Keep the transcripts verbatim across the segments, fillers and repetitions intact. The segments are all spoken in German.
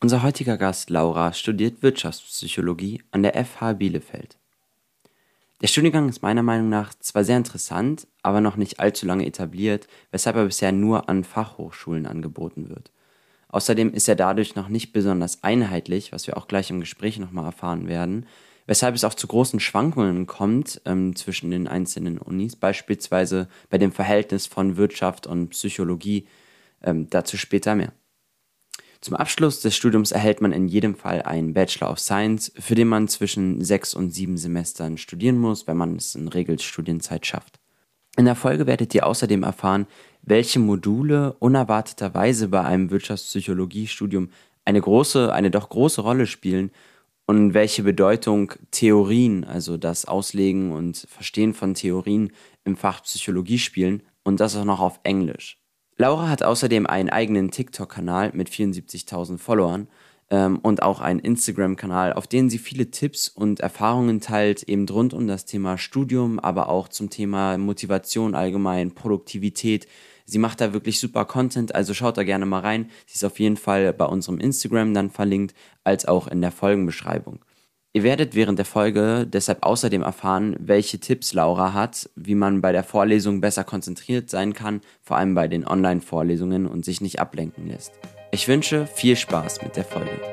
Unser heutiger Gast Laura studiert Wirtschaftspsychologie an der F H Bielefeld. Der Studiengang ist meiner Meinung nach zwar sehr interessant, aber noch nicht allzu lange etabliert, weshalb er bisher nur an Fachhochschulen angeboten wird. Außerdem ist er dadurch noch nicht besonders einheitlich, was wir auch gleich im Gespräch nochmal erfahren werden, weshalb es auch zu großen Schwankungen kommt ähm, zwischen den einzelnen Unis, beispielsweise bei dem Verhältnis von Wirtschaft und Psychologie, ähm, dazu später mehr. Zum Abschluss des Studiums erhält man in jedem Fall einen Bachelor of Science, für den man zwischen sechs und sieben Semestern studieren muss, wenn man es in Regelstudienzeit schafft. In der Folge werdet ihr außerdem erfahren, welche Module unerwarteterweise bei einem Wirtschaftspsychologiestudium eine große, eine doch große Rolle spielen und welche Bedeutung Theorien, also das Auslegen und Verstehen von Theorien im Fach Psychologie spielen, und das auch noch auf Englisch. Laura hat außerdem einen eigenen TikTok-Kanal mit vierundsiebzigtausend Followern ähm, und auch einen Instagram-Kanal, auf dem sie viele Tipps und Erfahrungen teilt, eben rund um das Thema Studium, aber auch zum Thema Motivation allgemein, Produktivität. Sie macht da wirklich super Content, also schaut da gerne mal rein. Sie ist auf jeden Fall bei unserem Instagram dann verlinkt, als auch in der Folgenbeschreibung. Ihr werdet während der Folge deshalb außerdem erfahren, welche Tipps Laura hat, wie man bei der Vorlesung besser konzentriert sein kann, vor allem bei den Online-Vorlesungen, und sich nicht ablenken lässt. Ich wünsche viel Spaß mit der Folge.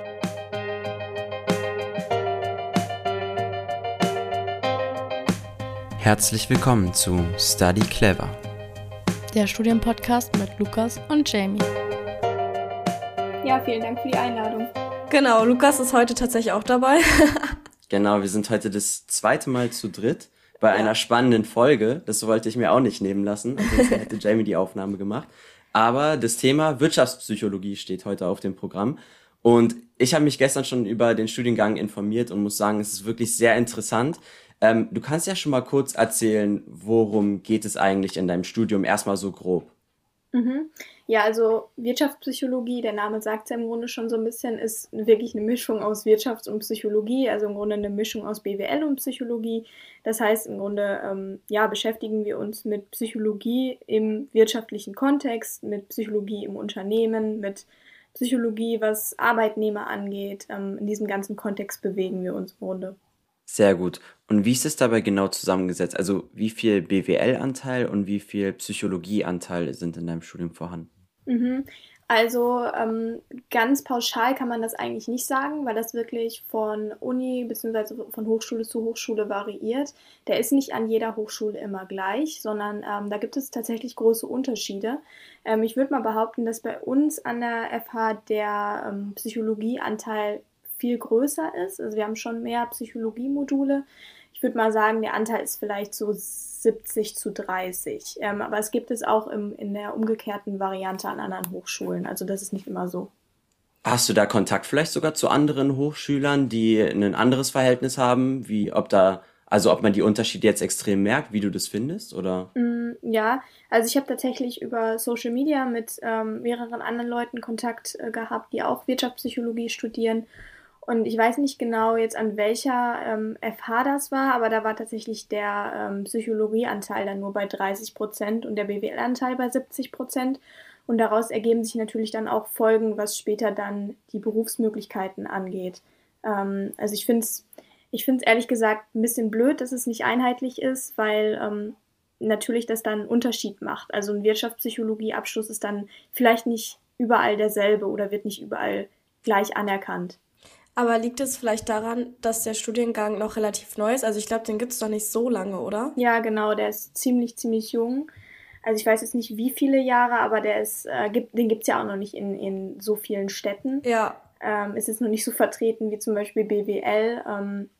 Herzlich willkommen zu Study Clever, der Studienpodcast mit Lukas und Jamie. Ja, vielen Dank für die Einladung. Genau, Lukas ist heute tatsächlich auch dabei. Genau, wir sind heute das zweite Mal zu dritt bei Ja. einer spannenden Folge. Das wollte ich mir auch nicht nehmen lassen, ansonsten hätte Jamie die Aufnahme gemacht. Aber das Thema Wirtschaftspsychologie steht heute auf dem Programm. Und ich habe mich gestern schon über den Studiengang informiert und muss sagen, es ist wirklich sehr interessant. Ähm, du kannst ja schon mal kurz erzählen, worum geht es eigentlich in deinem Studium, erstmal so grob. Mhm. Ja, also Wirtschaftspsychologie, der Name sagt es ja im Grunde schon so ein bisschen, ist wirklich eine Mischung aus Wirtschafts- und Psychologie, also im Grunde eine Mischung aus B W L und Psychologie. Das heißt, im Grunde ähm, ja, beschäftigen wir uns mit Psychologie im wirtschaftlichen Kontext, mit Psychologie im Unternehmen, mit Psychologie, was Arbeitnehmer angeht. Ähm, in diesem ganzen Kontext bewegen wir uns im Grunde. Sehr gut. Und wie ist es dabei genau zusammengesetzt? Also wie viel B W L-Anteil und wie viel Psychologie-Anteil sind in deinem Studium vorhanden? Mhm. Also ähm, ganz pauschal kann man das eigentlich nicht sagen, weil das wirklich von Uni bzw. von Hochschule zu Hochschule variiert. Der ist nicht an jeder Hochschule immer gleich, sondern ähm, da gibt es tatsächlich große Unterschiede. Ähm, ich würde mal behaupten, dass bei uns an der F H der ähm, Psychologieanteil viel größer ist. Also wir haben schon mehr Psychologiemodule. Ich würde mal sagen, der Anteil ist vielleicht so siebzig zu dreißig. Ähm, aber es gibt es auch im, in der umgekehrten Variante an anderen Hochschulen. Also das ist nicht immer so. Hast du da Kontakt vielleicht sogar zu anderen Hochschülern, die ein anderes Verhältnis haben, wie ob da, also ob man die Unterschiede jetzt extrem merkt, wie du das findest, oder? Mm, ja, also ich habe tatsächlich über Social Media mit ähm, mehreren anderen Leuten Kontakt äh, gehabt, die auch Wirtschaftspsychologie studieren. Und ich weiß nicht genau jetzt an welcher ähm, F H das war, aber da war tatsächlich der ähm, Psychologieanteil dann nur bei dreißig Prozent und der B W L-Anteil bei siebzig Prozent. Und daraus ergeben sich natürlich dann auch Folgen, was später dann die Berufsmöglichkeiten angeht. Ähm, also ich finde es ich find's ehrlich gesagt ein bisschen blöd, dass es nicht einheitlich ist, weil ähm, natürlich das dann einen Unterschied macht. Also ein Wirtschaftspsychologie-Abschluss ist dann vielleicht nicht überall derselbe oder wird nicht überall gleich anerkannt. Aber liegt es vielleicht daran, dass der Studiengang noch relativ neu ist? Also ich glaube, den gibt es doch nicht so lange, oder? Ja, genau, der ist ziemlich, ziemlich jung. Also ich weiß jetzt nicht, wie viele Jahre, aber der ist, äh, gibt, den gibt es ja auch noch nicht in, in so vielen Städten. Ja. Ähm, ist jetzt noch nicht so vertreten wie zum Beispiel B W L. Ähm,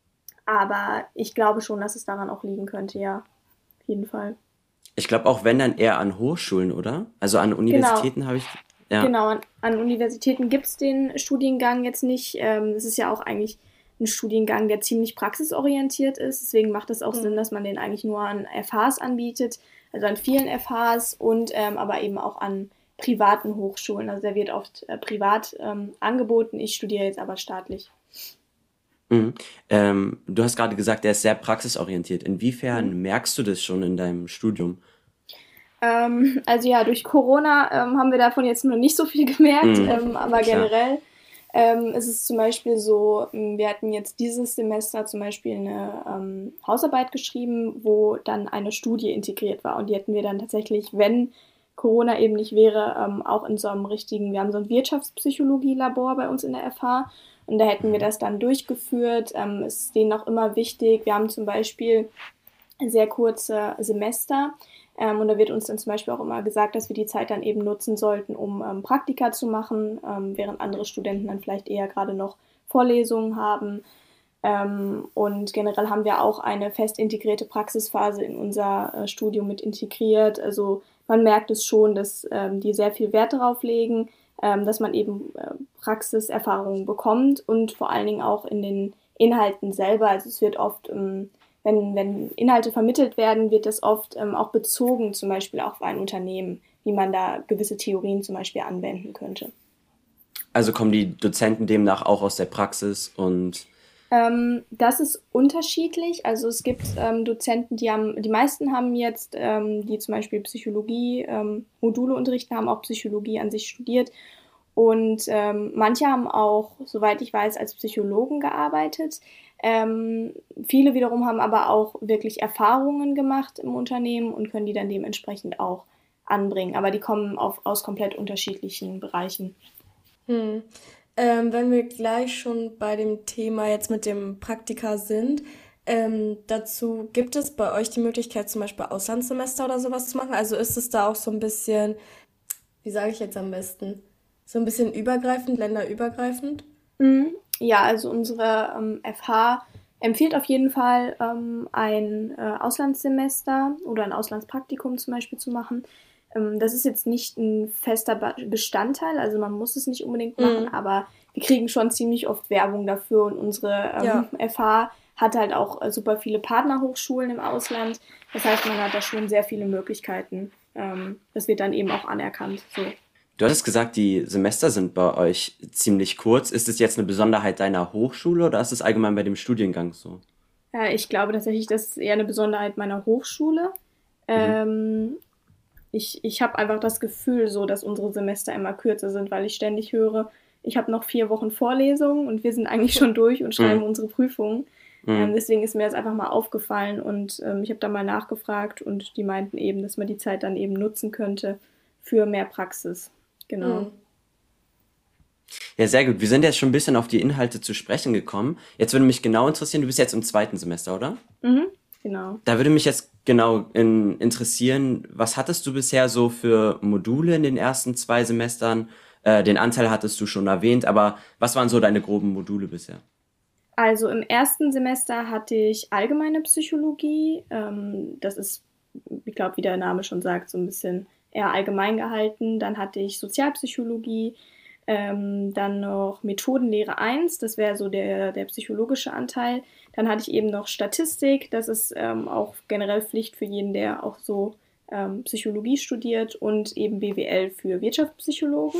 aber ich glaube schon, dass es daran auch liegen könnte, ja. Auf jeden Fall. Ich glaube auch, wenn, dann eher an Hochschulen, oder? Also an Genau. Universitäten habe ich, ja. Genau, an, an Universitäten gibt es den Studiengang jetzt nicht. Ähm, das ist ja auch eigentlich ein Studiengang, der ziemlich praxisorientiert ist. Deswegen macht es auch Mhm. Sinn, dass man den eigentlich nur an F Hs anbietet, also an vielen F Hs und ähm, aber eben auch an privaten Hochschulen. Also der wird oft äh, privat ähm, angeboten. Ich studiere jetzt aber staatlich. Mhm. Ähm, du hast gerade gesagt, der ist sehr praxisorientiert. Inwiefern merkst du das schon in deinem Studium? Ähm, also ja, durch Corona ähm, haben wir davon jetzt noch nicht so viel gemerkt, Mhm, ähm, aber klar. generell Ähm, es ist zum Beispiel so, m, wir hatten jetzt dieses Semester zum Beispiel eine ähm, Hausarbeit geschrieben, wo dann eine Studie integriert war. Und die hätten wir dann tatsächlich, wenn Corona eben nicht wäre, ähm, auch in so einem richtigen, wir haben so ein Wirtschaftspsychologie-Labor bei uns in der F H. Und da hätten wir Mhm. das dann durchgeführt. Ähm, es ist denen auch immer wichtig. Wir haben zum Beispiel sehr kurze Semester. Ähm, und da wird uns dann zum Beispiel auch immer gesagt, dass wir die Zeit dann eben nutzen sollten, um ähm, Praktika zu machen, ähm, während andere Studenten dann vielleicht eher gerade noch Vorlesungen haben. Ähm, und generell haben wir auch eine fest integrierte Praxisphase in unser äh, Studium mit integriert. Also man merkt es schon, dass ähm, die sehr viel Wert darauf legen, ähm, dass man eben äh, Praxiserfahrungen bekommt und vor allen Dingen auch in den Inhalten selber. Also es wird oft, ähm, wenn, wenn Inhalte vermittelt werden, wird das oft ähm, auch bezogen, zum Beispiel auf ein Unternehmen, wie man da gewisse Theorien zum Beispiel anwenden könnte. Also kommen die Dozenten demnach auch aus der Praxis und Ähm, das ist unterschiedlich. Also es gibt ähm, Dozenten, die haben, die meisten haben jetzt, ähm, die zum Beispiel Psychologie, ähm, Module unterrichten, haben auch Psychologie an sich studiert. Und ähm, manche haben auch, soweit ich weiß, als Psychologen gearbeitet. Ähm, viele wiederum haben aber auch wirklich Erfahrungen gemacht im Unternehmen und können die dann dementsprechend auch anbringen. Aber die kommen auf, aus komplett unterschiedlichen Bereichen. Hm. Ähm, wenn wir gleich schon bei dem Thema jetzt mit dem Praktika sind, ähm, dazu gibt es bei euch die Möglichkeit, zum Beispiel Auslandssemester oder sowas zu machen? Also ist es da auch so ein bisschen, wie sage ich jetzt am besten, so ein bisschen übergreifend, länderübergreifend? Mhm. Ja, also unsere ähm, F H empfiehlt auf jeden Fall, ähm, ein äh, Auslandssemester oder ein Auslandspraktikum zum Beispiel zu machen. Ähm, das ist jetzt nicht ein fester Ba- Bestandteil, also man muss es nicht unbedingt machen, Mhm. aber wir kriegen schon ziemlich oft Werbung dafür und unsere ähm, Ja. F H hat halt auch äh, super viele Partnerhochschulen im Ausland. Das heißt, man hat da schon sehr viele Möglichkeiten. Ähm, das wird dann eben auch anerkannt. So. du hattest gesagt, die Semester sind bei euch ziemlich kurz. Ist es jetzt eine Besonderheit deiner Hochschule oder ist es allgemein bei dem Studiengang so? Äh, ich glaube tatsächlich, das ist eher eine Besonderheit meiner Hochschule. Mhm. Ähm, ich ich habe einfach das Gefühl so, dass unsere Semester immer kürzer sind, weil ich ständig höre, ich habe noch vier Wochen Vorlesungen und wir sind eigentlich schon durch und schreiben Mhm. unsere Prüfungen. Ähm, Mhm. deswegen ist mir das einfach mal aufgefallen und ähm, ich habe da mal nachgefragt und die meinten eben, dass man die Zeit dann eben nutzen könnte für mehr Praxis. Genau. Mhm. Ja, sehr gut. Wir sind jetzt schon ein bisschen auf die Inhalte zu sprechen gekommen. Jetzt würde mich genau interessieren, du bist jetzt im zweiten Semester, oder? Mhm, genau. Da würde mich jetzt genau in, interessieren, was hattest du bisher so für Module in den ersten zwei Semestern? Äh, den Anteil hattest du schon erwähnt, aber was waren so deine groben Module bisher? Also im ersten Semester hatte ich allgemeine Psychologie. Ähm, das ist, ich glaube, wie der Name schon sagt, so ein bisschen eher allgemein gehalten. Dann hatte ich Sozialpsychologie, ähm, dann noch Methodenlehre eins, das wäre so der, der psychologische Anteil. Dann hatte ich eben noch Statistik, das ist ähm, auch generell Pflicht für jeden, der auch so ähm, Psychologie studiert und eben B W L für Wirtschaftspsychologen.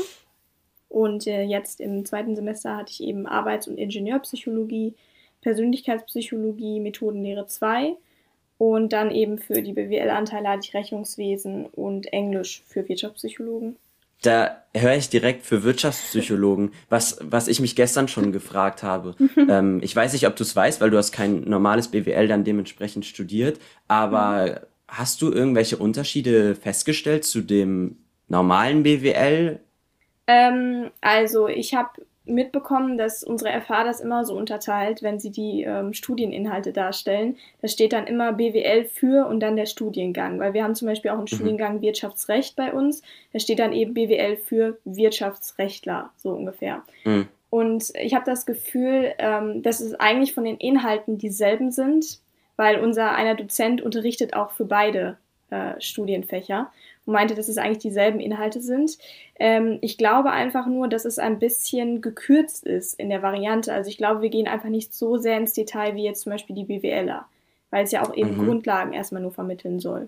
Und äh, jetzt im zweiten Semester hatte ich eben Arbeits- und Ingenieurpsychologie, Persönlichkeitspsychologie, Methodenlehre zwei und dann eben für die B W L-Anteile hatte ich Rechnungswesen und Englisch für Wirtschaftspsychologen. Da höre ich direkt für Wirtschaftspsychologen, was, was ich mich gestern schon gefragt habe. Ähm, ich weiß nicht, ob du es weißt, weil du hast kein normales B W L dann dementsprechend studiert, aber hast du irgendwelche Unterschiede festgestellt zu dem normalen B W L? Ähm, also ich habe mitbekommen, dass unsere F H das immer so unterteilt, wenn sie die ähm, Studieninhalte darstellen. Da steht dann immer B W L für und dann der Studiengang, weil wir haben zum Beispiel auch einen Mhm. Studiengang Wirtschaftsrecht bei uns. Da steht dann eben B W L für Wirtschaftsrechtler, so ungefähr. Mhm. Und ich habe das Gefühl, ähm, dass es eigentlich von den Inhalten dieselben sind, weil unser einer Dozent unterrichtet auch für beide äh, Studienfächer und meinte, dass es eigentlich dieselben Inhalte sind. Ähm, ich glaube einfach nur, dass es ein bisschen gekürzt ist in der Variante. Also ich glaube, wir gehen einfach nicht so sehr ins Detail wie jetzt zum Beispiel die BWLer, weil es ja auch eben Mhm. Grundlagen erstmal nur vermitteln soll.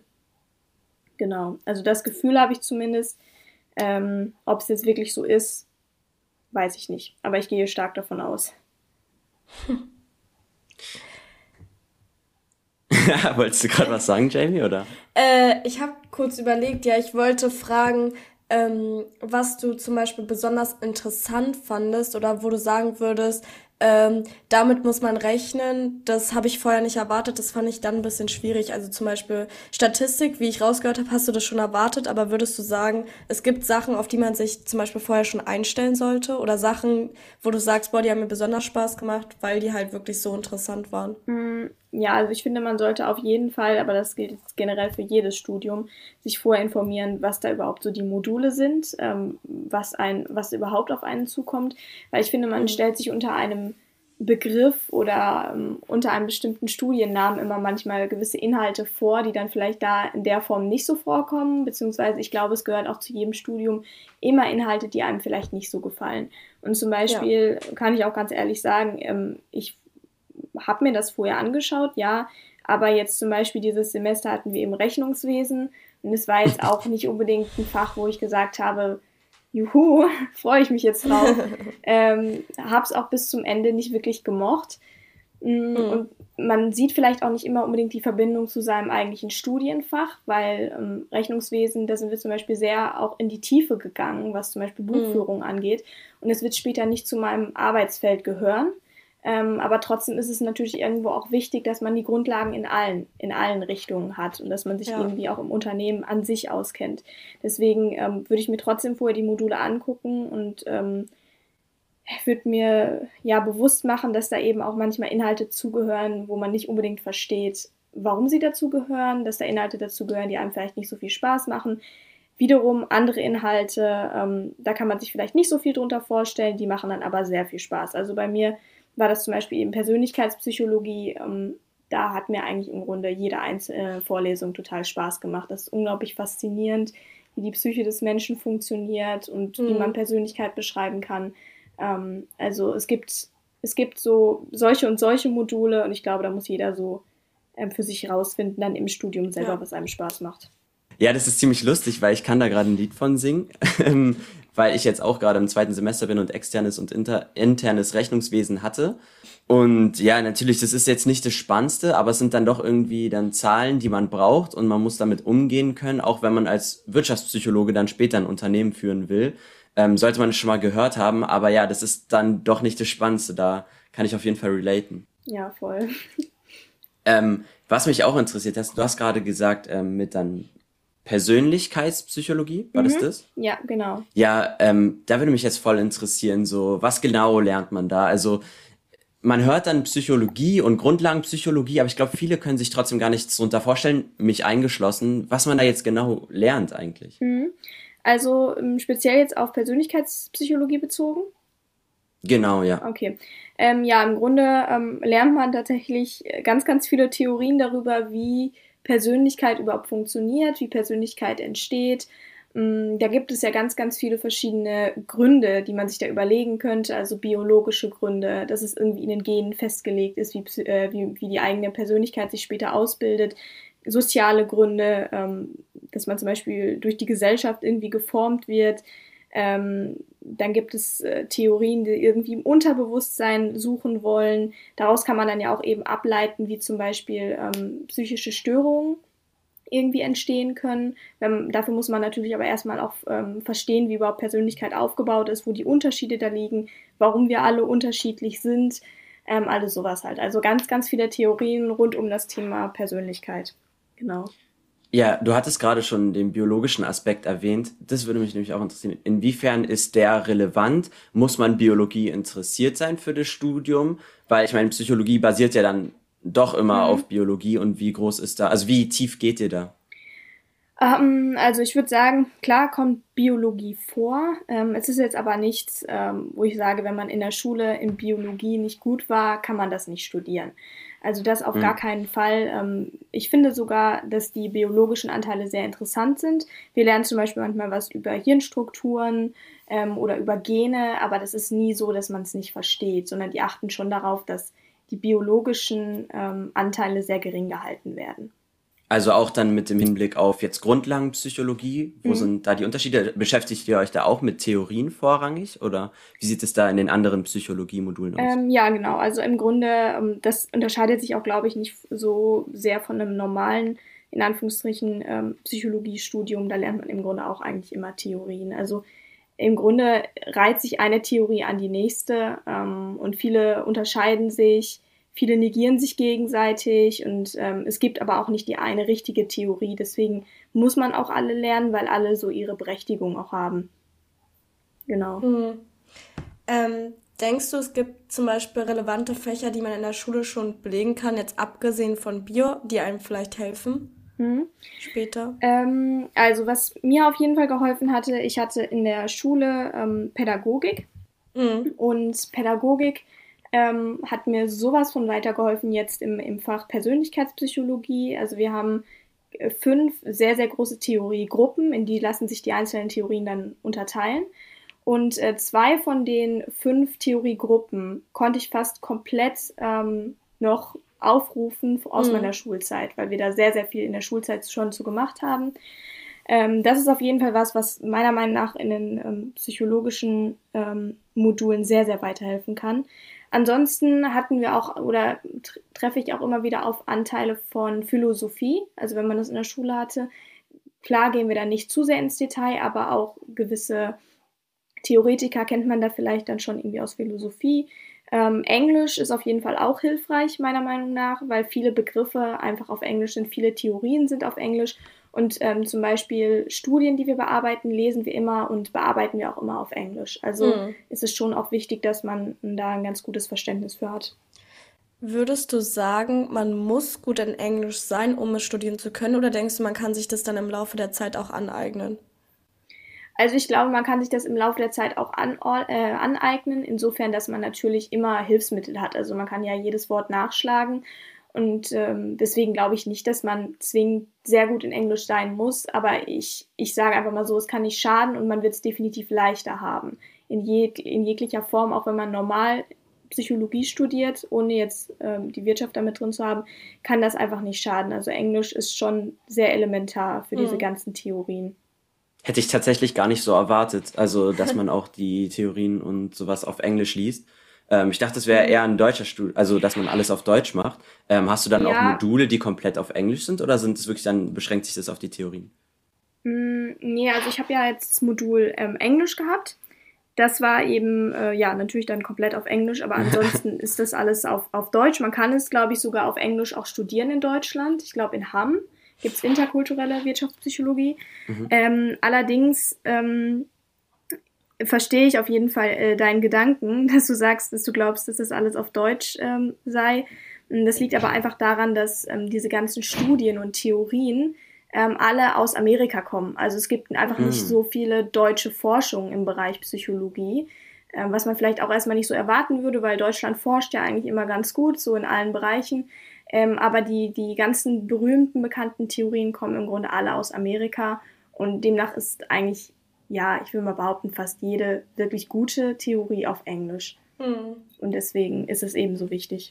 Genau. Also das Gefühl habe ich zumindest. Ähm, ob es jetzt wirklich so ist, weiß ich nicht. Aber ich gehe stark davon aus. Wolltest du gerade was sagen, Jamie, oder? Äh, ich habe kurz überlegt, ja, ich wollte fragen, ähm, was du zum Beispiel besonders interessant fandest oder wo du sagen würdest, ähm, damit muss man rechnen, das habe ich vorher nicht erwartet, das fand ich dann ein bisschen schwierig. Also zum Beispiel Statistik, wie ich rausgehört habe, hast du das schon erwartet, aber würdest du sagen, es gibt Sachen, auf die man sich zum Beispiel vorher schon einstellen sollte oder Sachen, wo du sagst, boah, die haben mir besonders Spaß gemacht, weil die halt wirklich so interessant waren? Mm, Ja, also ich finde, man sollte auf jeden Fall, aber das gilt jetzt generell für jedes Studium, sich vorher informieren, was da überhaupt so die Module sind, ähm, was ein, was überhaupt auf einen zukommt. Weil ich finde, man Mhm. stellt sich unter einem Begriff oder ähm, unter einem bestimmten Studiennamen immer manchmal gewisse Inhalte vor, die dann vielleicht da in der Form nicht so vorkommen, beziehungsweise ich glaube, es gehört auch zu jedem Studium immer Inhalte, die einem vielleicht nicht so gefallen. Und zum Ja. Beispiel kann ich auch ganz ehrlich sagen, ähm, ich habe mir das vorher angeschaut, ja, aber jetzt zum Beispiel dieses Semester hatten wir eben Rechnungswesen und es war jetzt auch nicht unbedingt ein Fach, wo ich gesagt habe, juhu, freue ich mich jetzt drauf. Ähm, habe es auch bis zum Ende nicht wirklich gemocht. Mm, Mhm. Und man sieht vielleicht auch nicht immer unbedingt die Verbindung zu seinem eigentlichen Studienfach, weil ähm, Rechnungswesen, da sind wir zum Beispiel sehr auch in die Tiefe gegangen, was zum Beispiel Mhm. Buchführung angeht. Und es wird später nicht zu meinem Arbeitsfeld gehören. Ähm, aber trotzdem ist es natürlich irgendwo auch wichtig, dass man die Grundlagen in allen, in allen Richtungen hat und dass man sich Ja. irgendwie auch im Unternehmen an sich auskennt. Deswegen ähm, würde ich mir trotzdem vorher die Module angucken und ähm, würde mir ja bewusst machen, dass da eben auch manchmal Inhalte zugehören, wo man nicht unbedingt versteht, warum sie dazugehören, dass da Inhalte dazugehören, die einem vielleicht nicht so viel Spaß machen. Wiederum andere Inhalte, ähm, da kann man sich vielleicht nicht so viel drunter vorstellen, die machen dann aber sehr viel Spaß. Also bei mir war das zum Beispiel eben Persönlichkeitspsychologie. Ähm, da hat mir eigentlich im Grunde jede einzelne Vorlesung total Spaß gemacht. Das ist unglaublich faszinierend, wie die Psyche des Menschen funktioniert und wie man Mhm. Persönlichkeit beschreiben kann. Ähm, also es gibt, es gibt so solche und solche Module und ich glaube, da muss jeder so ähm, für sich rausfinden, dann im Studium selber, Ja. was einem Spaß macht. Ja, das ist ziemlich lustig, weil ich kann da gerade ein Lied von singen, ähm, weil ich jetzt auch gerade im zweiten Semester bin und externes und inter internes Rechnungswesen hatte. Und ja, natürlich, das ist jetzt nicht das Spannendste, aber es sind dann doch irgendwie dann Zahlen, die man braucht und man muss damit umgehen können, auch wenn man als Wirtschaftspsychologe dann später ein Unternehmen führen will. Ähm, sollte man es schon mal gehört haben, aber ja, das ist dann doch nicht das Spannendste, da kann ich auf jeden Fall relaten. Ja, voll. Ähm, was mich auch interessiert hast, du hast gerade gesagt, ähm, mit dann Persönlichkeitspsychologie, war das Mhm. das? Ja, genau. Ja, ähm, da würde mich jetzt voll interessieren, so, was genau lernt man da? Also, man hört dann Psychologie und Grundlagenpsychologie, aber ich glaube, viele können sich trotzdem gar nichts darunter vorstellen, mich eingeschlossen, was man da jetzt genau lernt eigentlich. Mhm. Also ähm, speziell jetzt auf Persönlichkeitspsychologie bezogen. Genau, ja. Okay. Ähm, ja, im Grunde ähm, lernt man tatsächlich äh, ganz, ganz viele Theorien darüber, wie Persönlichkeit überhaupt funktioniert, wie Persönlichkeit entsteht. Mm, Da gibt es ja ganz, ganz viele verschiedene Gründe, die man sich da überlegen könnte, also biologische Gründe, dass es irgendwie in den Genen festgelegt ist, wie, psy- äh, wie, wie die eigene Persönlichkeit sich später ausbildet, soziale Gründe, ähm, dass man zum Beispiel durch die Gesellschaft irgendwie geformt wird. Ähm, dann gibt es äh, Theorien, die irgendwie im Unterbewusstsein suchen wollen. Daraus kann man dann ja auch eben ableiten, wie zum Beispiel ähm, psychische Störungen irgendwie entstehen können. Ähm, dafür muss man natürlich aber erstmal auch ähm, verstehen, wie überhaupt Persönlichkeit aufgebaut ist, wo die Unterschiede da liegen, warum wir alle unterschiedlich sind, ähm, alles sowas halt. Also ganz, ganz viele Theorien rund um das Thema Persönlichkeit. Genau. Ja, du hattest gerade schon den biologischen Aspekt erwähnt. Das würde mich nämlich auch interessieren. Inwiefern ist der relevant? Muss man Biologie interessiert sein für das Studium? Weil ich meine, Psychologie basiert ja dann doch immer Mhm. auf Biologie und wie groß ist da, also wie tief geht ihr da? Ähm, also ich würde sagen, klar kommt Biologie vor. Ähm, es ist jetzt aber nichts, ähm, wo ich sage, wenn man in der Schule in Biologie nicht gut war, kann man das nicht studieren. Also das auf gar Hm. keinen Fall. Ähm, ich finde sogar, dass die biologischen Anteile sehr interessant sind. Wir lernen zum Beispiel manchmal was über Hirnstrukturen ähm, oder über Gene, aber das ist nie so, dass man es nicht versteht, sondern die achten schon darauf, dass die biologischen ähm, Anteile sehr gering gehalten werden. Also auch dann mit dem Hinblick auf jetzt Grundlagenpsychologie, wo Mhm. sind da die Unterschiede? Beschäftigt ihr euch da auch mit Theorien vorrangig oder wie sieht es da in den anderen Psychologie-Modulen aus? Ähm, ja, genau. Also im Grunde, ähm, das unterscheidet sich auch, glaube ich, nicht so sehr von einem normalen in Anführungsstrichen ähm, Psychologiestudium, da lernt man im Grunde auch eigentlich immer Theorien. Also im Grunde reiht sich eine Theorie an die nächste ähm, und viele unterscheiden sich, viele negieren sich gegenseitig und ähm, es gibt aber auch nicht die eine richtige Theorie. Deswegen muss man auch alle lernen, weil alle so ihre Berechtigung auch haben. Genau. Hm. Ähm, denkst du, es gibt zum Beispiel relevante Fächer, die man in der Schule schon belegen kann, jetzt abgesehen von Bio, die einem vielleicht helfen Mhm. später? Ähm, also was mir auf jeden Fall geholfen hatte, ich hatte in der Schule ähm, Pädagogik Mhm. und Pädagogik ähm, hat mir sowas von weitergeholfen jetzt im, im Fach Persönlichkeitspsychologie. Also wir haben äh, fünf sehr, sehr große Theoriegruppen, in die lassen sich die einzelnen Theorien dann unterteilen. Und äh, zwei von den fünf Theoriegruppen konnte ich fast komplett ähm, noch aufrufen aus meiner Mhm. Schulzeit, weil wir da sehr, sehr viel in der Schulzeit schon zu gemacht haben. Ähm, das ist auf jeden Fall was, was meiner Meinung nach in den ähm, psychologischen ähm, Modulen sehr, sehr weiterhelfen kann. Ansonsten hatten wir auch oder tr- treffe ich auch immer wieder auf Anteile von Philosophie. Also wenn man das in der Schule hatte, klar gehen wir da nicht zu sehr ins Detail, aber auch gewisse Theoretiker kennt man da vielleicht dann schon irgendwie aus Philosophie. Ähm, Englisch ist auf jeden Fall auch hilfreich, meiner Meinung nach, weil viele Begriffe einfach auf Englisch sind, viele Theorien sind auf Englisch und ähm, zum Beispiel Studien, die wir bearbeiten, lesen wir immer und bearbeiten wir auch immer auf Englisch. Also Mhm. ist es schon auch wichtig, dass man da ein ganz gutes Verständnis für hat. Würdest du sagen, man muss gut in Englisch sein, um es studieren zu können, oder denkst du, man kann sich das dann im Laufe der Zeit auch aneignen? Also ich glaube, man kann sich das im Laufe der Zeit auch an, äh, aneignen, insofern, dass man natürlich immer Hilfsmittel hat. Also man kann ja jedes Wort nachschlagen und ähm, deswegen glaube ich nicht, dass man zwingend sehr gut in Englisch sein muss. Aber ich, ich sage einfach mal so, es kann nicht schaden und man wird es definitiv leichter haben. In, je, in jeglicher Form, auch wenn man normal Psychologie studiert, ohne jetzt ähm, die Wirtschaft damit drin zu haben, kann das einfach nicht schaden. Also Englisch ist schon sehr elementar für diese Mhm. ganzen Theorien. Hätte ich tatsächlich gar nicht so erwartet, also dass man auch die Theorien und sowas auf Englisch liest. Ähm, ich dachte, es wäre Mhm. eher ein deutscher Studium, also dass man alles auf Deutsch macht. Ähm, hast du dann auch Ja, Module, die komplett auf Englisch sind, oder sind es wirklich dann, beschränkt sich das auf die Theorien? mm, nee, also ich habe ja jetzt das Modul ähm, Englisch gehabt. Das war eben, äh, ja, natürlich dann komplett auf Englisch, aber ansonsten ist das alles auf, auf Deutsch. Man kann es, glaube ich, sogar auf Englisch auch studieren in Deutschland. Ich glaube, in Hamm gibt es interkulturelle Wirtschaftspsychologie. Mhm. Ähm, allerdings ähm, verstehe ich auf jeden Fall äh, deinen Gedanken, dass du sagst, dass du glaubst, dass das alles auf Deutsch ähm, sei. Das liegt aber einfach daran, dass ähm, diese ganzen Studien und Theorien ähm, alle aus Amerika kommen. Also es gibt einfach nicht Mm. so viele deutsche Forschung im Bereich Psychologie, ähm, was man vielleicht auch erstmal nicht so erwarten würde, weil Deutschland forscht ja eigentlich immer ganz gut, so in allen Bereichen. Ähm, aber die, die ganzen berühmten, bekannten Theorien kommen im Grunde alle aus Amerika und demnach ist eigentlich, ja, ich will mal behaupten, fast jede wirklich gute Theorie auf Englisch. Mhm. Und deswegen ist es eben so wichtig.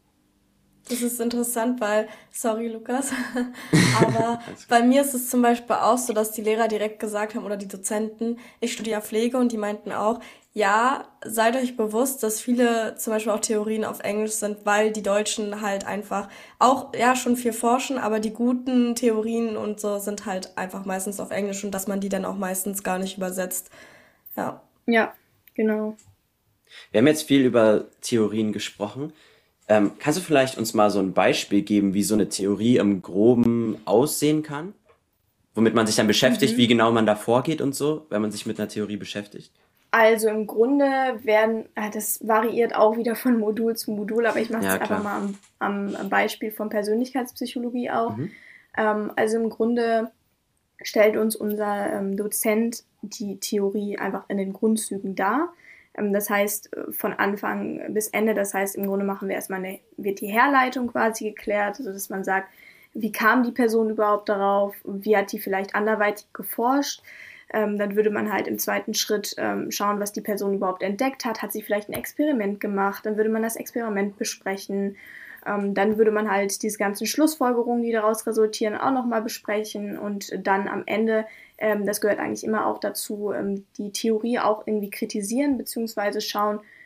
Das ist interessant, weil, sorry Lukas, aber Alles gut. bei mir ist es zum Beispiel auch so, dass die Lehrer direkt gesagt haben oder die Dozenten, ich studiere Pflege und die meinten auch, ja, seid euch bewusst, dass viele zum Beispiel auch Theorien auf Englisch sind, weil die Deutschen halt einfach auch, ja, schon viel forschen, aber die guten Theorien und so sind halt einfach meistens auf Englisch und dass man die dann auch meistens gar nicht übersetzt. Ja. Ja, genau. Wir haben jetzt viel über Theorien gesprochen. Ähm, kannst du vielleicht uns mal so ein Beispiel geben, wie so eine Theorie im Groben aussehen kann? Womit man sich dann beschäftigt, wie Mhm. genau man da vorgeht und so, wenn man sich mit einer Theorie beschäftigt? Also im Grunde werden, äh, das variiert auch wieder von Modul zu Modul, aber ich mache es Ja, jetzt einfach klar. mal am, am, am Beispiel von Persönlichkeitspsychologie auch. Mhm. Ähm, also im Grunde stellt uns unser ähm, Dozent die Theorie einfach in den Grundzügen dar. Ähm, das heißt, äh, von Anfang bis Ende, das heißt, im Grunde machen wir erstmal eine, wird die Herleitung quasi geklärt, also dass man sagt, wie kam die Person überhaupt darauf, wie hat die vielleicht anderweitig geforscht. Ähm, dann würde man halt im zweiten Schritt ähm, schauen, was die Person überhaupt entdeckt hat. Hat sie vielleicht ein Experiment gemacht? Dann würde man das Experiment besprechen. Ähm, dann würde man halt diese ganzen Schlussfolgerungen, die daraus resultieren, auch nochmal besprechen und dann am Ende, ähm, das gehört eigentlich immer auch dazu, ähm, die Theorie auch irgendwie kritisieren, beziehungsweise schauen,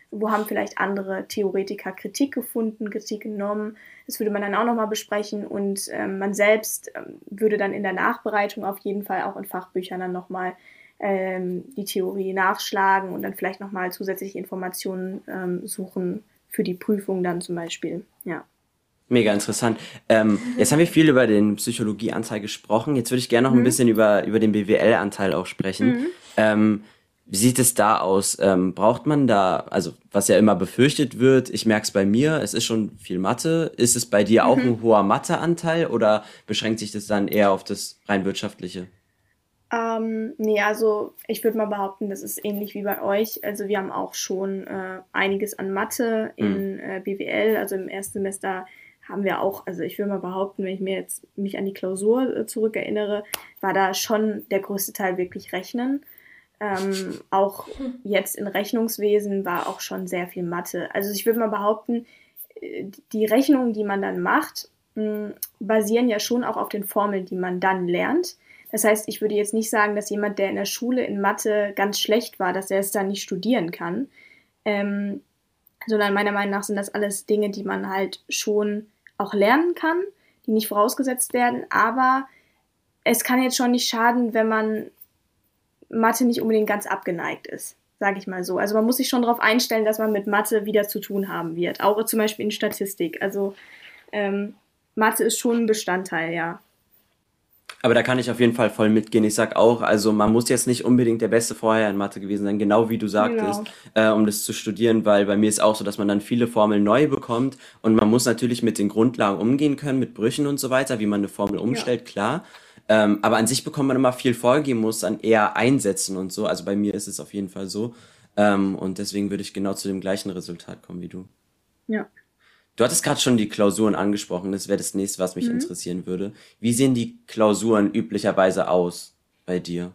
wo haben vielleicht andere Theoretiker Kritik gefunden, Kritik genommen. Das würde man dann auch nochmal besprechen und ähm, man selbst ähm, würde dann in der Nachbereitung auf jeden Fall auch in Fachbüchern dann nochmal ähm, die Theorie nachschlagen und dann vielleicht nochmal zusätzliche Informationen ähm, suchen für die Prüfung dann zum Beispiel, ja. Mega interessant. Ähm, jetzt haben wir viel über den Psychologieanteil gesprochen. Jetzt würde ich gerne noch ein Mhm. bisschen über, über den B W L-Anteil auch sprechen. Mhm. Ähm, wie sieht es da aus? Ähm, braucht man da, also was ja immer befürchtet wird, ich merke es bei mir, es ist schon viel Mathe. Ist es bei dir auch Mhm. ein hoher Mathe-Anteil oder beschränkt sich das dann eher auf das rein wirtschaftliche? Ähm, nee, also ich würde mal behaupten, das ist ähnlich wie bei euch. Also wir haben auch schon äh, einiges an Mathe Hm. in äh, B W L. Also im ersten Semester haben wir auch, also ich würde mal behaupten, wenn ich mir jetzt mich an die Klausur äh, zurückerinnere, war da schon der größte Teil wirklich Rechnen. Ähm, auch jetzt in Rechnungswesen war auch schon sehr viel Mathe. Also ich würde mal behaupten, äh, die Rechnungen, die man dann macht, mh, basieren ja schon auch auf den Formeln, die man dann lernt. Das heißt, ich würde jetzt nicht sagen, dass jemand, der in der Schule in Mathe ganz schlecht war, dass er es dann nicht studieren kann, ähm, sondern meiner Meinung nach sind das alles Dinge, die man halt schon auch lernen kann, die nicht vorausgesetzt werden, aber es kann jetzt schon nicht schaden, wenn man Mathe nicht unbedingt ganz abgeneigt ist, sage ich mal so. Also man muss sich schon darauf einstellen, dass man mit Mathe wieder zu tun haben wird, auch zum Beispiel in Statistik. Also ähm, Mathe ist schon ein Bestandteil, ja. Aber da kann ich auf jeden Fall voll mitgehen. Ich sag auch, also man muss jetzt nicht unbedingt der Beste vorher in Mathe gewesen sein, genau wie du sagtest, Genau. äh, um das zu studieren, weil bei mir ist auch so, dass man dann viele Formeln neu bekommt und man muss natürlich mit den Grundlagen umgehen können, mit Brüchen und so weiter, wie man eine Formel Ja. umstellt, klar. Ähm, aber an sich bekommt man immer viel vorgegeben, muss dann eher einsetzen und so. Also bei mir ist es auf jeden Fall so. Ähm, und deswegen würde ich genau zu dem gleichen Resultat kommen wie du. Ja. Du hattest gerade schon die Klausuren angesprochen, das wäre das nächste, was mich Mhm. interessieren würde. Wie sehen die Klausuren üblicherweise aus bei dir?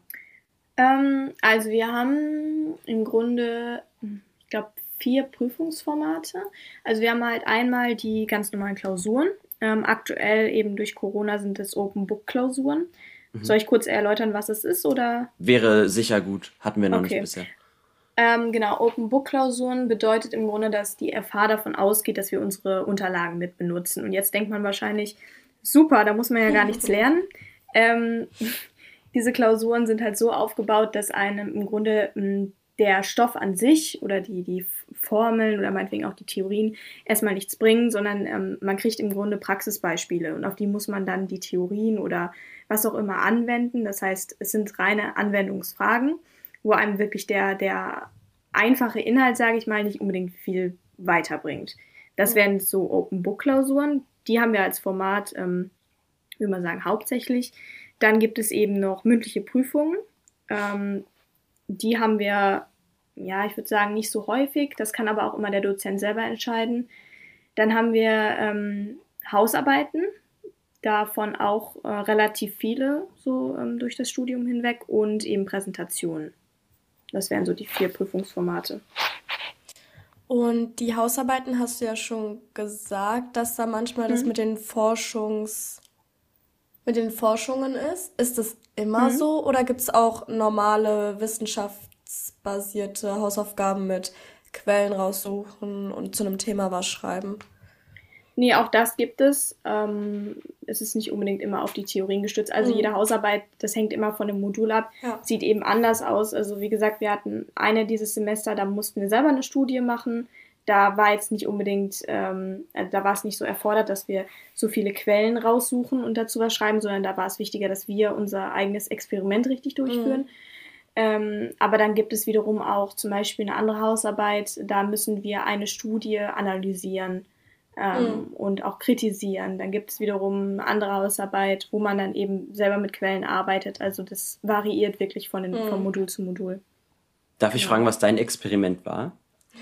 Ähm, also wir haben im Grunde, ich glaube, vier Prüfungsformate. Also wir haben halt einmal die ganz normalen Klausuren. Ähm, aktuell eben durch Corona sind es Open Book Klausuren. Soll ich kurz erläutern, was es ist, oder? Wäre sicher gut, hatten wir noch nicht Okay. bisher. Ähm, genau, Open Book Klausuren bedeutet im Grunde, dass die F H davon ausgeht, dass wir unsere Unterlagen mit benutzen. Und jetzt denkt man wahrscheinlich, super, da muss man ja gar nichts lernen. Ähm, diese Klausuren sind halt so aufgebaut, dass einem im Grunde mh, der Stoff an sich oder die, die Formeln oder meinetwegen auch die Theorien erstmal nichts bringen, sondern ähm, man kriegt im Grunde Praxisbeispiele und auf die muss man dann die Theorien oder was auch immer anwenden. Das heißt, es sind reine Anwendungsfragen, wo einem wirklich der, der einfache Inhalt, sage ich mal, nicht unbedingt viel weiterbringt. Das wären so Open-Book-Klausuren. Die haben wir als Format, ähm, würde man sagen, hauptsächlich. Dann gibt es eben noch mündliche Prüfungen. Ähm, die haben wir, ja, ich würde sagen, nicht so häufig. Das kann aber auch immer der Dozent selber entscheiden. Dann haben wir ähm, Hausarbeiten, davon auch äh, relativ viele so ähm, durch das Studium hinweg und eben Präsentationen. Das wären so die vier Prüfungsformate. Und die Hausarbeiten hast du ja schon gesagt, dass da manchmal das Mhm. mit den Forschungs, mit den Forschungen ist. Ist das immer Mhm. so oder gibt es auch normale wissenschaftsbasierte Hausaufgaben mit Quellen raussuchen und zu einem Thema was schreiben? Nee, auch das gibt es. Ähm, es ist nicht unbedingt immer auf die Theorien gestützt. Also Mhm. jede Hausarbeit, das hängt immer von dem Modul ab, Ja. sieht eben anders aus. Also wie gesagt, wir hatten eine dieses Semester, da mussten wir selber eine Studie machen. Da war jetzt nicht unbedingt, ähm, äh, da war es nicht so erfordert, dass wir so viele Quellen raussuchen und dazu was schreiben, sondern da war es wichtiger, dass wir unser eigenes Experiment richtig durchführen. Mhm. Ähm, aber dann gibt es wiederum auch zum Beispiel eine andere Hausarbeit, da müssen wir eine Studie analysieren ähm, Mhm. und auch kritisieren. Dann gibt es wiederum eine andere Hausarbeit, wo man dann eben selber mit Quellen arbeitet. Also das variiert wirklich von den, vom Mhm. Modul zu Modul. Darf ich Genau. fragen, was dein Experiment war?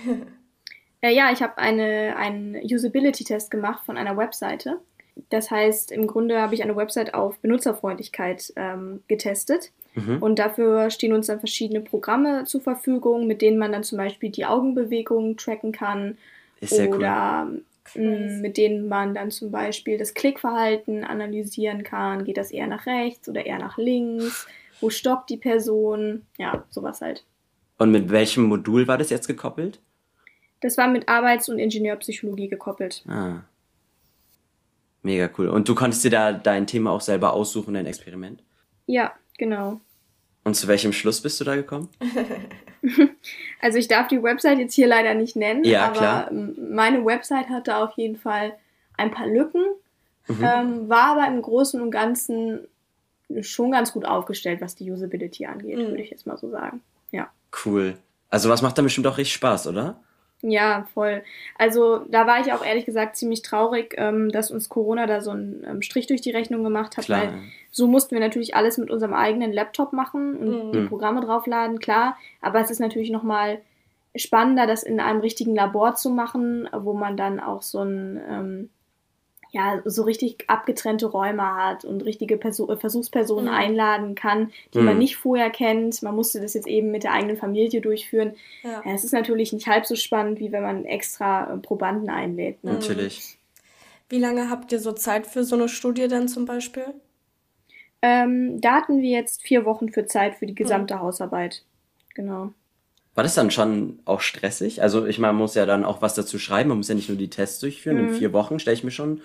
Äh, ja, ich habe eine, einen Usability-Test gemacht von einer Webseite. Das heißt, im Grunde habe ich eine Website auf Benutzerfreundlichkeit ähm, getestet. Mhm. Und dafür stehen uns dann verschiedene Programme zur Verfügung, mit denen man dann zum Beispiel die Augenbewegungen tracken kann Ist sehr cool. oder mh, Crazy. mit denen man dann zum Beispiel das Klickverhalten analysieren kann. Geht das eher nach rechts oder eher nach links? Wo stoppt die Person? Ja, sowas halt. Und mit welchem Modul war das jetzt gekoppelt? Das war mit Arbeits- und Ingenieurpsychologie gekoppelt. Ah, mega cool. Und du konntest dir da dein Thema auch selber aussuchen, dein Experiment? Ja, genau. Und zu welchem Schluss bist du da gekommen? Also ich darf die Website jetzt hier leider nicht nennen, Ja, aber klar. ähm, meine Website hatte auf jeden Fall ein paar Lücken, Mhm. ähm, war aber im Großen und Ganzen schon ganz gut aufgestellt, was die Usability angeht, Mhm. würde ich jetzt mal so sagen. Ja. Cool. Also was macht dann bestimmt auch richtig Spaß, oder? Ja, voll. Also da war ich auch ehrlich gesagt ziemlich traurig, ähm, dass uns Corona da so einen ähm, Strich durch die Rechnung gemacht hat, Klar. weil so mussten wir natürlich alles mit unserem eigenen Laptop machen und Mhm. die Mhm. Programme draufladen, klar. Aber es ist natürlich nochmal spannender, das in einem richtigen Labor zu machen, wo man dann auch so ein, ähm, ja, so richtig abgetrennte Räume hat und richtige Perso- Versuchspersonen Mhm. einladen kann, die Mhm. man nicht vorher kennt. Man musste das jetzt eben mit der eigenen Familie durchführen. Ja. Ja, es ist natürlich nicht halb so spannend, wie wenn man extra äh, Probanden einlädt. Ne? Natürlich. Wie lange habt ihr so Zeit für so eine Studie denn zum Beispiel? Ähm, da hatten wir jetzt vier Wochen für Zeit für die gesamte Hausarbeit. Genau. War das dann schon auch stressig? Also ich meine, man muss ja dann auch was dazu schreiben, man muss ja nicht nur die Tests durchführen. In Mhm. vier Wochen stelle ich mir schon.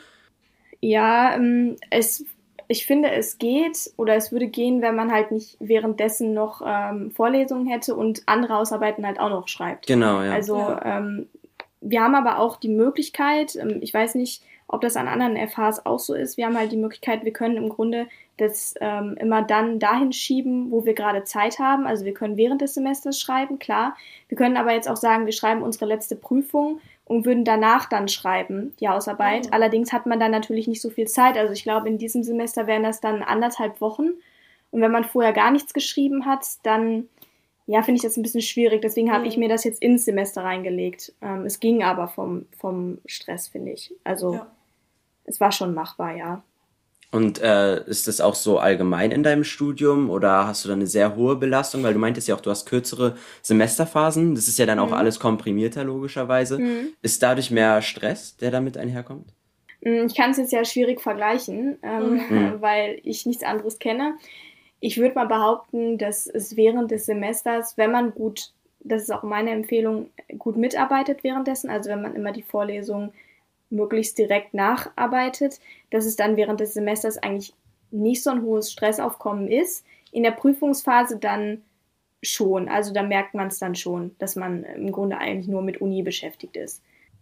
Ja, ähm, es, ich finde, es geht oder es würde gehen, wenn man halt nicht währenddessen noch ähm, Vorlesungen hätte und andere Hausarbeiten halt auch noch schreibt. Genau, ja. Also Ja. ähm, wir haben aber auch die Möglichkeit, ähm, ich weiß nicht, ob das an anderen F Hs auch so ist, wir haben halt die Möglichkeit, wir können im Grunde das ähm, immer dann dahin schieben, wo wir gerade Zeit haben. Also wir können während des Semesters schreiben, klar. Wir können aber jetzt auch sagen, wir schreiben unsere letzte Prüfung und würden danach dann schreiben, die Hausarbeit. Oh. Allerdings hat man dann natürlich nicht so viel Zeit. Also ich glaube, in diesem Semester wären das dann anderthalb Wochen. Und wenn man vorher gar nichts geschrieben hat, dann, ja, finde ich das ein bisschen schwierig. Deswegen habe Mhm. ich mir das jetzt ins Semester reingelegt. Ähm, es ging aber vom, vom Stress, finde ich. Also Ja. es war schon machbar, ja. Und äh, ist das auch so allgemein in deinem Studium oder hast du da eine sehr hohe Belastung? Weil du meintest ja auch, du hast kürzere Semesterphasen. Das ist ja dann auch Mhm. alles komprimierter logischerweise. Mhm. Ist dadurch mehr Stress, der damit einherkommt? Mm, Ich kann es jetzt ja schwierig vergleichen, ähm, Mhm. weil ich nichts anderes kenne. Ich würde mal behaupten, dass es während des Semesters, wenn man gut, das ist auch meine Empfehlung, gut mitarbeitet währenddessen, also wenn man immer die Vorlesung möglichst direkt nacharbeitet, dass es dann während des Semesters eigentlich nicht so ein hohes Stressaufkommen ist. In der Prüfungsphase dann schon, also da merkt man es dann schon, dass man im Grunde eigentlich nur mit Uni beschäftigt ist.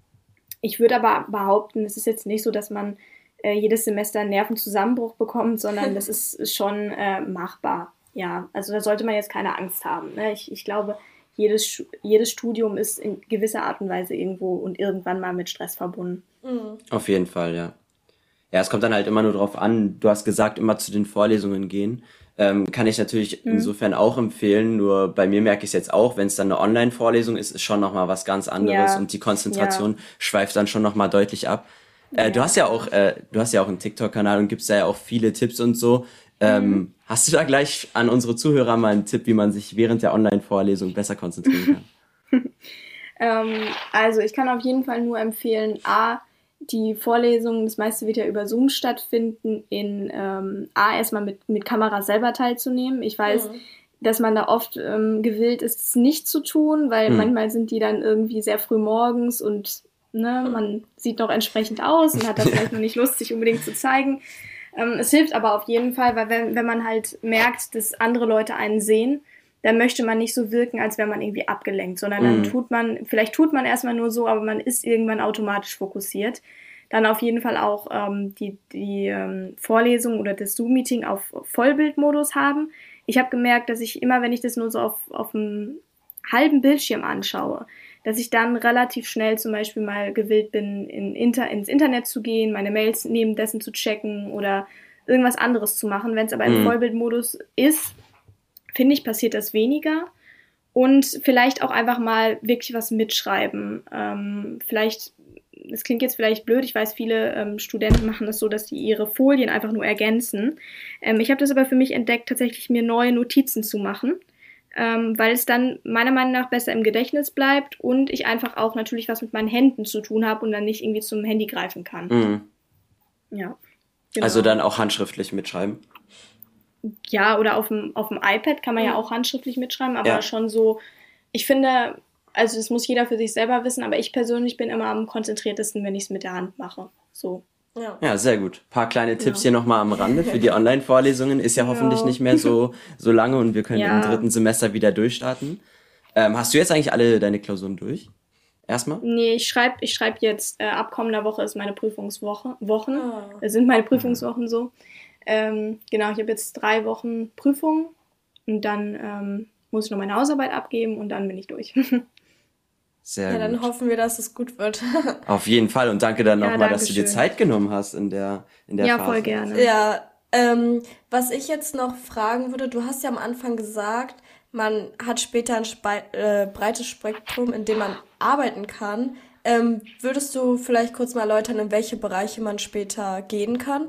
Ich würde aber behaupten, es ist jetzt nicht so, dass man äh, jedes Semester einen Nervenzusammenbruch bekommt, sondern das ist, ist schon äh, machbar. Ja, also da sollte man jetzt keine Angst haben. Ne? Ich, ich glaube, jedes, Stu- jedes Studium ist in gewisser Art und Weise irgendwo und irgendwann mal mit Stress verbunden. Mhm. Auf jeden Fall, ja. Ja, es kommt dann halt immer nur drauf an. Du hast gesagt, immer zu den Vorlesungen gehen. Ähm, kann ich natürlich insofern auch empfehlen. Nur bei mir merke ich es jetzt auch, wenn es dann eine Online-Vorlesung ist, ist schon nochmal was ganz anderes Ja, und die Konzentration schweift dann schon nochmal deutlich ab. Äh, du Ja. hast ja auch, äh, du hast ja auch einen TikTok-Kanal und gibst da ja auch viele Tipps und so. Ähm, Hast du da gleich an unsere Zuhörer mal einen Tipp, wie man sich während der Online-Vorlesung besser konzentrieren kann? Ähm, also ich kann auf jeden Fall nur empfehlen, A, die Vorlesungen, das meiste wird ja über Zoom stattfinden, in ähm, A, erstmal mit, mit Kamera selber teilzunehmen. Ich weiß, Mhm. dass man da oft ähm, gewillt ist, es nicht zu tun, weil Mhm. manchmal sind die dann irgendwie sehr früh morgens und ne, man sieht noch entsprechend aus und hat da vielleicht noch nicht Lust, sich unbedingt zu zeigen. Ähm, es hilft aber auf jeden Fall, weil wenn, wenn man halt merkt, dass andere Leute einen sehen, dann möchte man nicht so wirken, als wäre man irgendwie abgelenkt, sondern dann Mhm. tut man, vielleicht tut man erstmal nur so, aber man ist irgendwann automatisch fokussiert. Dann auf jeden Fall auch ähm, die, die ähm, Vorlesung oder das Zoom-Meeting auf Vollbildmodus haben. Ich habe gemerkt, dass ich immer, wenn ich das nur so auf, auf einem halben Bildschirm anschaue, dass ich dann relativ schnell zum Beispiel mal gewillt bin, in Inter- ins Internet zu gehen, meine Mails nebendessen zu checken oder irgendwas anderes zu machen. Wenn es aber im Mhm. Vollbildmodus ist, finde ich, passiert das weniger. Und vielleicht auch einfach mal wirklich was mitschreiben. Ähm, vielleicht, das klingt jetzt vielleicht blöd, ich weiß, viele ähm, Studenten machen das so, dass sie ihre Folien einfach nur ergänzen. Ähm, ich habe das aber für mich entdeckt, tatsächlich mir neue Notizen zu machen, ähm, weil es dann meiner Meinung nach besser im Gedächtnis bleibt und ich einfach auch natürlich was mit meinen Händen zu tun habe und dann nicht irgendwie zum Handy greifen kann. Mhm. Ja, genau. Also dann auch handschriftlich mitschreiben. Ja, oder auf dem, auf dem iPad kann man ja Mhm. auch handschriftlich mitschreiben, aber Ja. schon so, ich finde, also das muss jeder für sich selber wissen, aber ich persönlich bin immer am konzentriertesten, wenn ich es mit der Hand mache. So. Ja. Ja, sehr gut. Ein paar kleine Tipps Ja. hier nochmal am Rande für die Online-Vorlesungen. Ist ja hoffentlich Genau. nicht mehr so, so lange und wir können Ja. im dritten Semester wieder durchstarten. Ähm, hast du jetzt eigentlich alle deine Klausuren durch? Erstmal? Nee, ich schreibe ich schreib jetzt, äh, ab kommender Woche ist meine Prüfungswoche, Wochen, Ah. es sind meine Prüfungswochen so. Ähm, genau, ich habe jetzt drei Wochen Prüfung und dann ähm, muss ich noch meine Hausarbeit abgeben und dann bin ich durch. Sehr Ja, dann gut. hoffen wir, dass es gut wird. Auf jeden Fall. Und danke dann Ja, nochmal, dass du dir danke schön. Zeit genommen hast in der, in der Ja, Phase. voll gerne. Ja, ähm, was ich jetzt noch fragen würde, du hast ja am Anfang gesagt, man hat später ein Spe äh, breites Spektrum, in dem man arbeiten kann. Ähm, würdest du vielleicht kurz mal erläutern, in welche Bereiche man später gehen kann?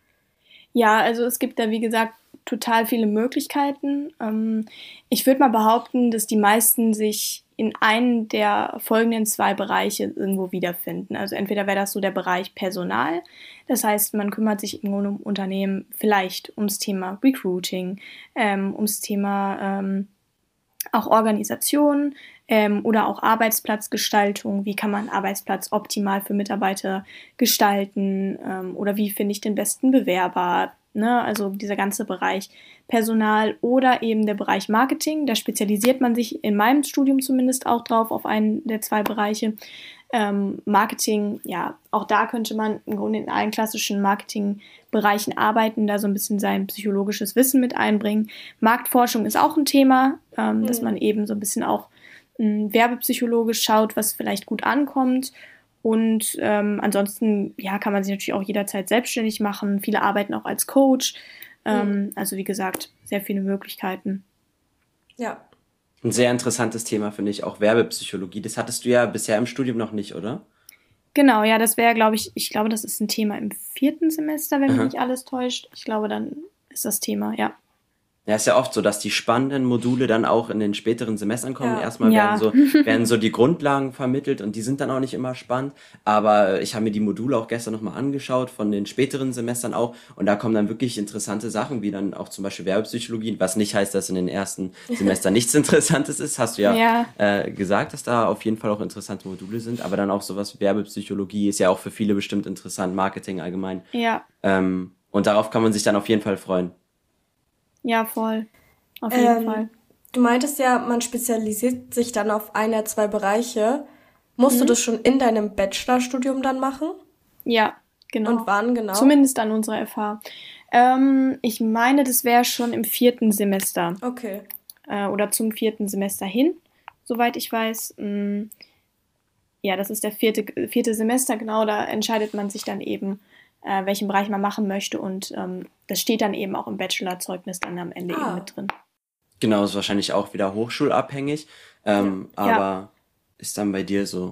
Ja, also es gibt da, wie gesagt, total viele Möglichkeiten. Ähm, ich würde mal behaupten, dass die meisten sich in einen der folgenden zwei Bereiche irgendwo wiederfinden. Also entweder wäre das so der Bereich Personal, das heißt, man kümmert sich im Grunde um Unternehmen vielleicht ums Thema Recruiting, ähm, ums Thema ähm, auch Organisation ähm, oder auch Arbeitsplatzgestaltung. Wie kann man einen Arbeitsplatz optimal für Mitarbeiter gestalten ähm, oder wie finde ich den besten Bewerber? Ne? Also dieser ganze Bereich Personal oder eben der Bereich Marketing. Da spezialisiert man sich in meinem Studium zumindest auch drauf auf einen der zwei Bereiche. Ähm, Marketing, ja, auch da könnte man im Grunde in allen klassischen Marketingbereichen arbeiten, da so ein bisschen sein psychologisches Wissen mit einbringen. Marktforschung ist auch ein Thema, ähm, dass man eben so ein bisschen auch ähm, werbepsychologisch schaut, was vielleicht gut ankommt. Und ähm, ansonsten, ja, kann man sich natürlich auch jederzeit selbstständig machen. Viele arbeiten auch als Coach. Ähm, also wie gesagt, sehr viele Möglichkeiten. Ja. Ein sehr interessantes Thema finde ich auch Werbepsychologie. Das hattest du ja bisher im Studium noch nicht, oder? Genau, ja, das wäre, glaube ich, ich glaube, das ist ein Thema im vierten Semester, wenn mich Aha. nicht alles täuscht. Ich glaube, dann ist das Thema, ja. Ja, ist ja oft so, dass die spannenden Module dann auch in den späteren Semestern kommen. Ja. Erstmal Ja. werden so, werden so die Grundlagen vermittelt und die sind dann auch nicht immer spannend. Aber ich habe mir die Module auch gestern nochmal angeschaut von den späteren Semestern auch und da kommen dann wirklich interessante Sachen, wie dann auch zum Beispiel Werbepsychologie, was nicht heißt, dass in den ersten Semestern nichts Interessantes ist. Hast du ja, Ja. Äh, gesagt, dass da auf jeden Fall auch interessante Module sind. Aber dann auch sowas wie Werbepsychologie ist ja auch für viele bestimmt interessant, Marketing allgemein. Ja, Ähm, und darauf kann man sich dann auf jeden Fall freuen. ja, voll. Auf jeden Ähm, Fall. Du meintest ja, man spezialisiert sich dann auf einer, zwei Bereiche. Musst du das schon in deinem Bachelorstudium dann machen? Ja, genau. Und wann genau? Zumindest an unserer F H. Ähm, ich meine, das wäre schon im vierten Semester Okay. äh, oder zum vierten Semester hin, soweit ich weiß. Mm, ja, das ist der vierte, vierte Semester, genau, da entscheidet man sich dann eben, äh, welchen Bereich man machen möchte und ähm, das steht dann eben auch im Bachelorzeugnis dann am Ende Ah. eben mit drin. Genau, ist wahrscheinlich auch wieder hochschulabhängig, ähm, Ja. aber ist dann bei dir so.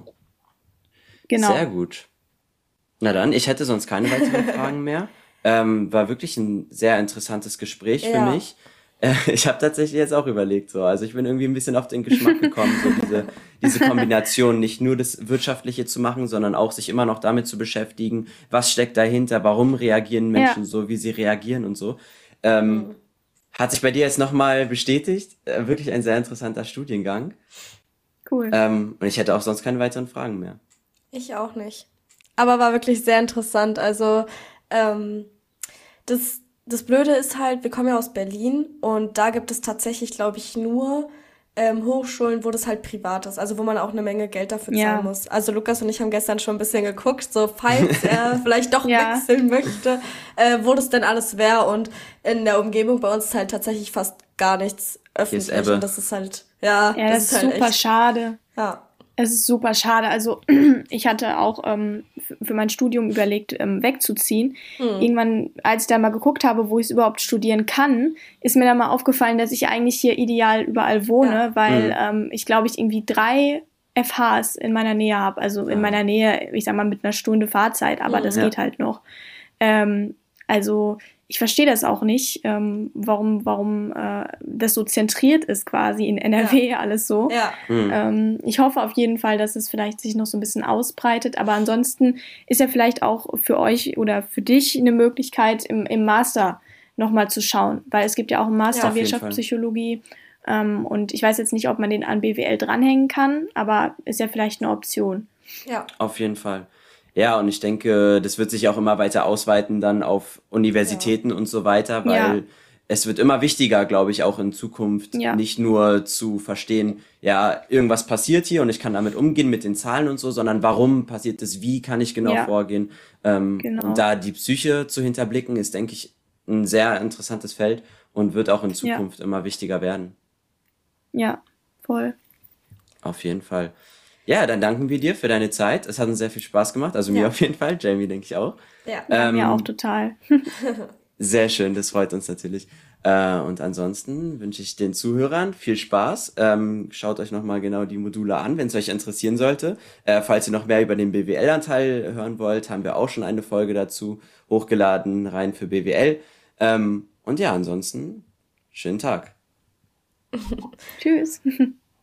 Genau. Sehr gut. Na dann, ich hätte sonst keine weiteren Fragen mehr. Ähm, war wirklich ein sehr interessantes Gespräch für Ja. mich. Äh, ich habe tatsächlich jetzt auch überlegt, so, also ich bin irgendwie ein bisschen auf den Geschmack gekommen, so diese, diese Kombination, nicht nur das Wirtschaftliche zu machen, sondern auch sich immer noch damit zu beschäftigen, was steckt dahinter, warum reagieren Menschen Ja. so, wie sie reagieren und so. Ähm, Hat sich bei dir jetzt nochmal bestätigt. Äh, wirklich ein sehr interessanter Studiengang. Cool. Ähm, und ich hätte auch sonst keine weiteren Fragen mehr. Ich auch nicht. Aber war wirklich sehr interessant. Also, ähm, das, das Blöde ist halt, wir kommen ja aus Berlin und da gibt es tatsächlich, glaube ich, nur ähm, Hochschulen, wo das halt privat ist, also wo man auch eine Menge Geld dafür Ja. zahlen muss. Also Lukas und ich haben gestern schon ein bisschen geguckt, so falls er vielleicht doch Ja. wechseln möchte, äh, wo das denn alles wäre. Und in der Umgebung bei uns ist halt tatsächlich fast gar nichts öffentlich. Ebbe. Und das ist halt, ja, ja, das, ist halt super echt, schade. ja. Es ist super schade. Also ich hatte auch ähm, f- für mein Studium überlegt, ähm, wegzuziehen. Hm. Irgendwann, als ich da mal geguckt habe, wo ich es überhaupt studieren kann, ist mir dann mal aufgefallen, dass ich eigentlich hier ideal überall wohne, Ja. weil Mhm. ähm, ich glaube, ich irgendwie drei F Hs in meiner Nähe habe. Also in Ah. meiner Nähe, ich sag mal, mit einer Stunde Fahrzeit, aber Mhm. das Ja. geht halt noch. Ähm, also ich verstehe das auch nicht, ähm, warum, warum äh, das so zentriert ist quasi in N R W alles so. Ja. Hm. Ähm, ich hoffe auf jeden Fall, dass es vielleicht sich noch so ein bisschen ausbreitet, aber ansonsten ist ja vielleicht auch für euch oder für dich eine Möglichkeit, im, im Master nochmal zu schauen, weil es gibt ja auch einen Master Ja, auf jeden Wirtschaftspsychologie Ähm, und ich weiß jetzt nicht, ob man den an B W L dranhängen kann, aber ist ja vielleicht eine Option. Ja. Auf jeden Fall. Ja, und ich denke, das wird sich auch immer weiter ausweiten dann auf Universitäten und so weiter, weil Ja, es wird immer wichtiger, glaube ich, auch in Zukunft ja, nicht nur zu verstehen, ja, irgendwas passiert hier und ich kann damit umgehen mit den Zahlen und so, sondern warum passiert es, wie kann ich genau ja, vorgehen. Ähm, und genau. da die Psyche zu hinterblicken, ist, denke ich, ein sehr interessantes Feld und wird auch in Ja, Zukunft immer wichtiger werden. ja, voll. Auf jeden Fall. Ja, dann danken wir dir für deine Zeit. Es hat uns sehr viel Spaß gemacht. Also mir Ja. auf jeden Fall, Jamie denke ich auch. Ja. Ja, mir auch Ähm, total. Sehr schön, das freut uns natürlich. Äh, und ansonsten wünsche ich den Zuhörern viel Spaß. Ähm, schaut euch nochmal genau die Module an, wenn es euch interessieren sollte. Äh, falls ihr noch mehr über den B W L-Anteil hören wollt, haben wir auch schon eine Folge dazu hochgeladen, rein für B W L. Ähm, und ja, ansonsten, schönen Tag. Tschüss.